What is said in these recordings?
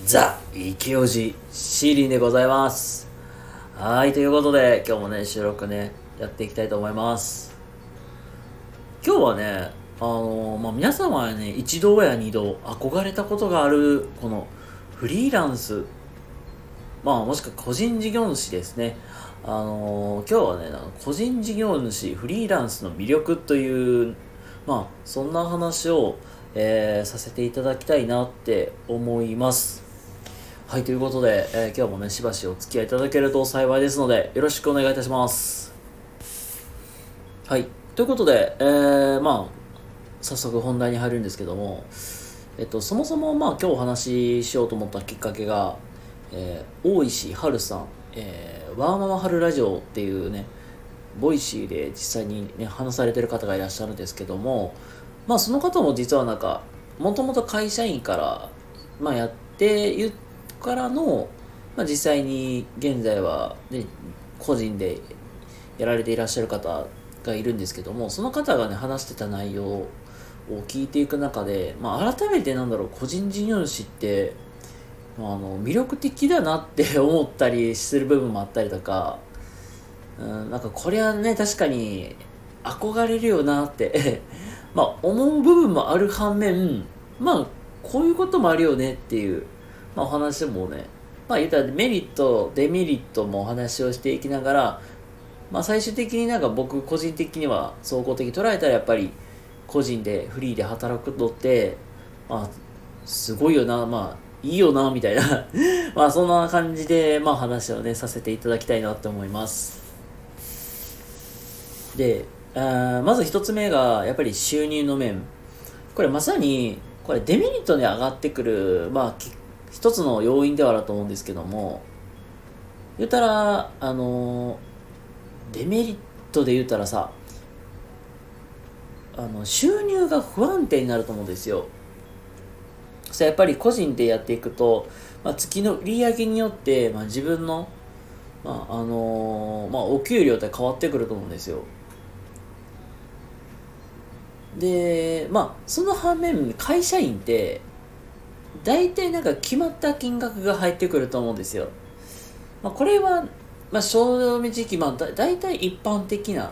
ザ・イケオジシーリンでございます。はい、ということで今日もね収録ねやっていきたいと思います。今日はね皆様はね一度や二度憧れたことがあるこのフリーランス、もしくは個人事業主ですね。今日はね個人事業主フリーランスの魅力というそんな話を、させていただきたいなって思います。はい、ということで、今日もねしばしお付き合いいただけると幸いですのでよろしくお願いいたします。はい、ということで、早速本題に入るんですけども、そもそも今日お話ししようと思ったきっかけが、大石春さん、ワーママ春ラジオっていうねボイシーで実際にね話されてる方がいらっしゃるんですけども、その方も実はもともと会社員からやっているからの、実際に現在は、ね、個人でやられていらっしゃる方がいるんですけども、その方がね話してた内容を聞いていく中で、改めて個人事業主って魅力的だなって思ったりする部分もあったりとか、これはね確かに憧れるよなって思う部分もある反面、こういうこともあるよねっていう、お話もね言ったらメリットデメリットもお話をしていきながら、最終的に僕個人的には総合的に捉えたらやっぱり個人でフリーで働くのってすごいよないいよなみたいなそんな感じで話をねさせていただきたいなって思います。で、まず一つ目がやっぱり収入の面。これまさにこれデメリットに上がってくる一つの要因ではあると思うんですけども、言ったらデメリットで言ったら収入が不安定になると思うんですよ。やっぱり個人でやっていくと、月の売り上げによって、自分の、お給料って変わってくると思うんですよ。で、その反面会社員って大体決まった金額が入ってくると思うんですよ。これは、正直、大体一般的な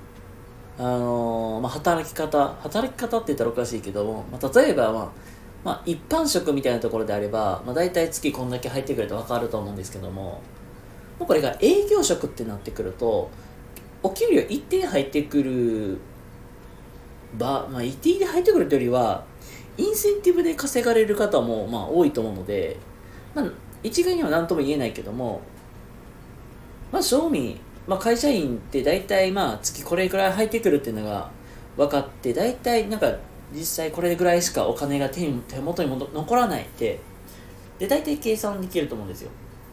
働き方って言ったらおかしいけども、例えば一般職みたいなところであれば、大体月こんだけ入ってくると分かると思うんですけども、これが営業職ってなってくるとお給料一定入ってくる一定で入ってくるというよりはインセンティブで稼がれる方も多いと思うので、一概には何とも言えないけども、正味、会社員って大体月これぐらい入ってくるっていうのが分かって、大体実際これぐらいしかお金が手元にも残らないってで大体計算できると思うんですよ。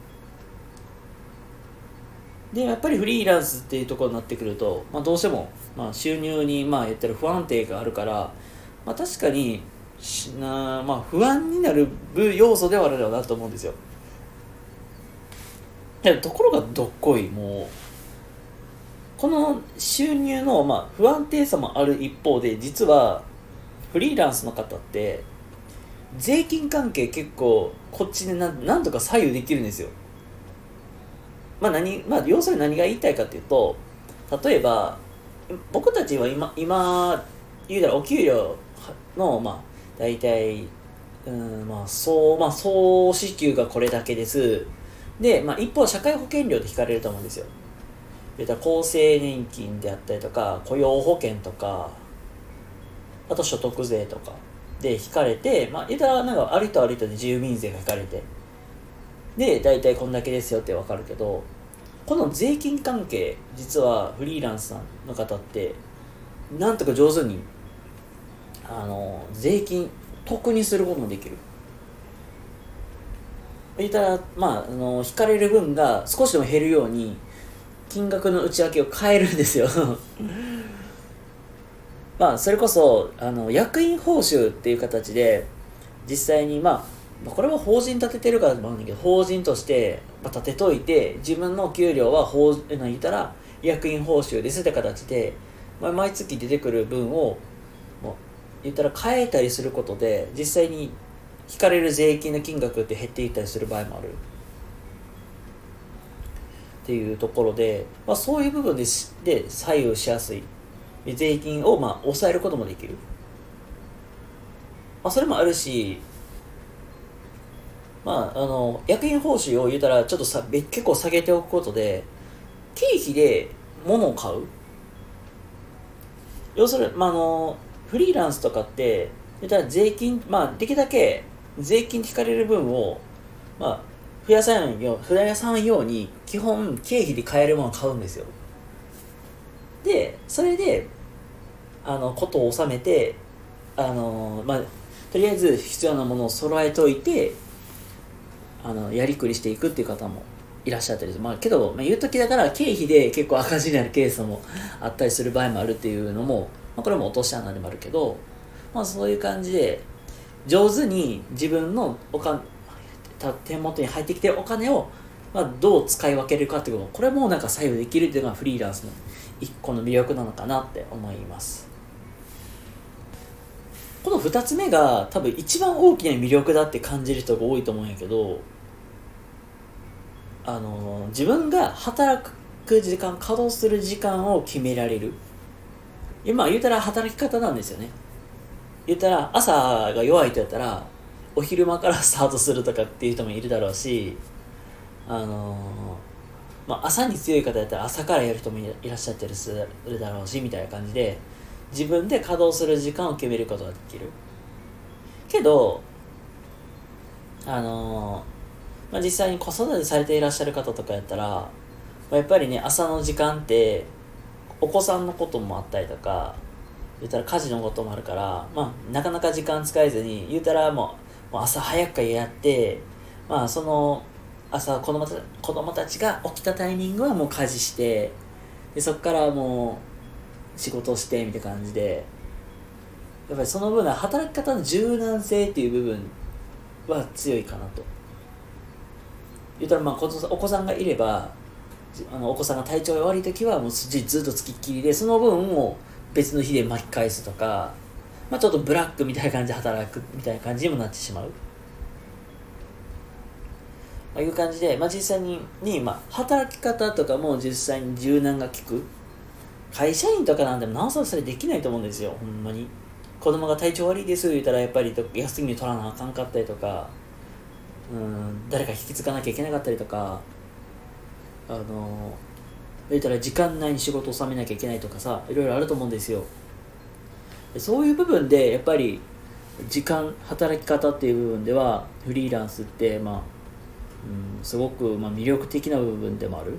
でやっぱりフリーランスっていうところになってくると、どうしても、収入に言ったら不安定があるから、確かに不安になる要素ではあるだろうなと思うんですよ。ところがどっこいこの収入の不安定さもある一方で、実はフリーランスの方って税金関係結構こっちでなんとか左右できるんですよ。要するに何が言いたいかというと、例えば僕たちは今言うたらお給料の大体総支給がこれだけです。で、一方社会保険料で引かれると思うんですよ。言うたら厚生年金であったりとか雇用保険とか、あと所得税とかで引かれて、言うたらある人ある人で住民税が引かれて、で大体こんだけですよって分かるけど、この税金関係実はフリーランスの方ってなんとか上手に税金得にすることもできる。言ったら引かれる分が少しでも減るように金額の内訳を変えるんですよそれこそ役員報酬っていう形で実際にこれは法人立ててるからもあるんだけど、法人として立てといて自分の給料は言ったら役員報酬ですって形で、毎月出てくる分を言ったら変えたりすることで実際に引かれる税金の金額って減っていったりする場合もあるっていうところで、そういう部分で左右しやすい税金を抑えることもできる、それもあるし、役員報酬を言うたらちょっと結構下げておくことで経費で物を買う。要するに、フリーランスとかって言ったら税金、できるだけ税金引かれる分を、増やさんように基本経費で買えるものを買うんですよ。でそれでことを収めてとりあえず必要なものを揃えといてやりくりしていくっていう方もいらっしゃったりする。けど、言うときだから経費で結構赤字になるケースもあったりする場合もあるっていうのも、これも落とし穴でもあるけど、そういう感じで上手に自分の手元に入ってきてるお金を、どう使い分けるかっていうこと、これも左右できるっていうのがフリーランスの一個の魅力なのかなって思います。この2つ目が多分一番大きな魅力だって感じる人が多いと思うんやけど、自分が働く時間、稼働する時間を決められる。言うたら働き方なんですよね。言ったら朝が弱い人やったらお昼間からスタートするとかっていう人もいるだろうし、朝に強い方やったら朝からやる人もいらっしゃったりするだろうしみたいな感じで、自分で稼働する時間を決めることができるけど、実際に子育てされていらっしゃる方とかやったら、やっぱりね、朝の時間ってお子さんのこともあったりとか、言ったら家事のこともあるから、なかなか時間使えずに、言ったらもう朝早くからやって、その朝子供たちが起きたタイミングはもう家事して、でそこからもう仕事をしてみたいな感じで、やっぱりその分働き方の柔軟性っていう部分は強いかなと。言ったらお子さんがいれば、お子さんが体調が悪い時はもうずっとつきっきりで、その分を別の日で巻き返すとか、ちょっとブラックみたいな感じで働くみたいな感じにもなってしまう、いう感じで、実際に働き方とかも実際に柔軟が効く。会社員とかなんでもなおさらそれできないと思うんですよ。ほんまに子供が体調悪いです言ったらやっぱり休み取らなあかんかったりとか、誰か引き継がなきゃいけなかったりとか、言ったら時間内に仕事を収めなきゃいけないとかさ、いろいろあると思うんですよ。そういう部分でやっぱり働き方っていう部分ではフリーランスってすごく魅力的な部分でもある。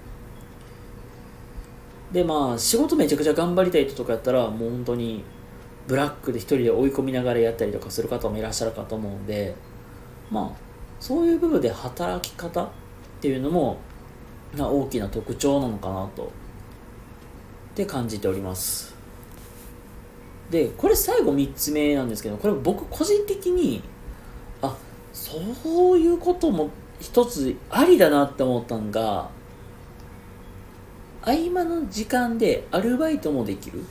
で仕事めちゃくちゃ頑張りたい人とかやったらもう本当にブラックで一人で追い込みながらやったりとかする方もいらっしゃるかと思うんで、そういう部分で働き方っていうのも大きな特徴なのかなとって感じております。でこれ最後3つ目なんですけど、これ僕個人的にそういうことも一つありだなって思ったのが、合間の時間でアルバイトもできる。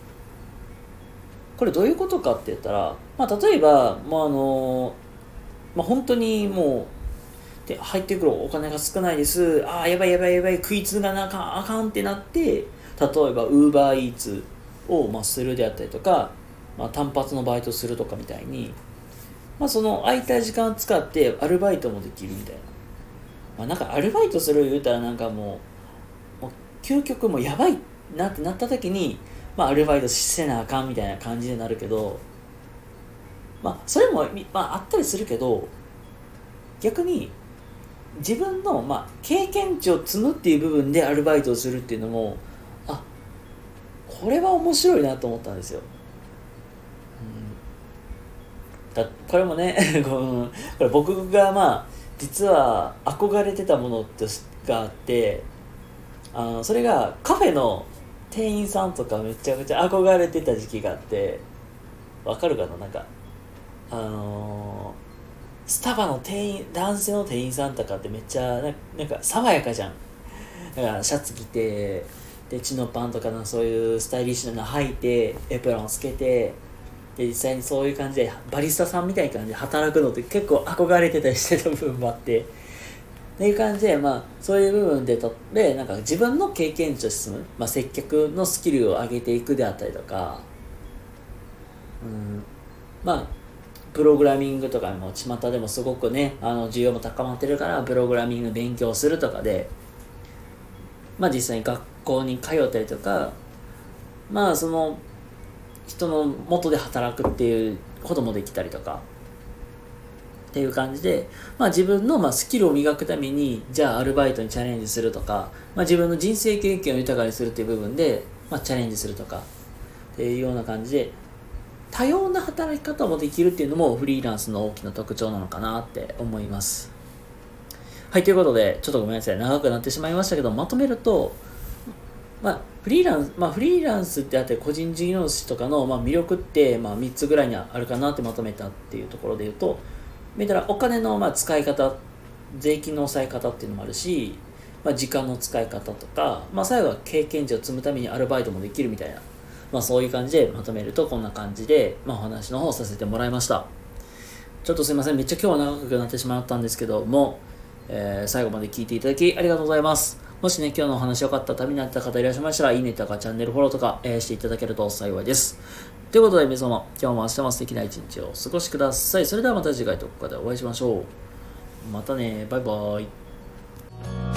これどういうことかって言ったら、例えば本当にもうで入ってくるお金が少ないです、やばい食いつがなあかんってなって、例えばウーバーイーツをするであったりとか、単発のバイトするとかみたいに、その空いた時間を使ってアルバイトもできるみたいな、アルバイトする言うたらもう究極もうやばいなってなった時に、アルバイトせなあかんみたいな感じになるけど、それもあったりするけど、逆に自分の経験値を積むっていう部分でアルバイトをするっていうのもこれは面白いなと思ったんですよ。これもねこれ僕が実は憧れてたものがあって、それがカフェの店員さんとかめちゃくちゃ憧れてた時期があって、わかるかな、スタバの男性の店員さんとかってめっちゃ爽やかじゃん。だからシャツ着てでチノパンとかそういうスタイリッシュなの履いてエプロンつけてで実際にそういう感じでバリスタさんみたいな感じで働くのって結構憧れてたりしてた部分もあって、っていう感じで、そういう部分でなんか自分の経験値と進む、接客のスキルを上げていくであったりとか、プログラミングとかも巷でもすごくね、需要も高まってるから、プログラミング勉強するとかで、実際に学校に通ったりとか、その人の元で働くっていうこともできたりとかっていう感じで、自分のスキルを磨くためにじゃあアルバイトにチャレンジするとか、自分の人生経験を豊かにするっていう部分で、チャレンジするとかっていうような感じで多様な働き方もできるっていうのもフリーランスの大きな特徴なのかなって思います。はい、ということでちょっとごめんなさい、長くなってしまいましたけど、まとめると、フリーランスってあって個人事業主とかの魅力って3つぐらいにあるかなってまとめたっていうところで言うと、見たらお金の使い方、税金の抑え方っていうのもあるし、時間の使い方とか、最後は経験値を積むためにアルバイトもできるみたいな、そういう感じでまとめるとこんな感じで、お話の方させてもらいました。ちょっとすいません、めっちゃ今日は長くなってしまったんですけども、最後まで聞いていただきありがとうございます。もしね、今日のお話良かった、ためになった方いらっしゃいましたら、いいねとかチャンネルフォローとか、していただけると幸いです。ということで皆様、今日も明日も素敵な一日をお過ごしください。それではまた次回どこかでお会いしましょう。またね、バイバイ。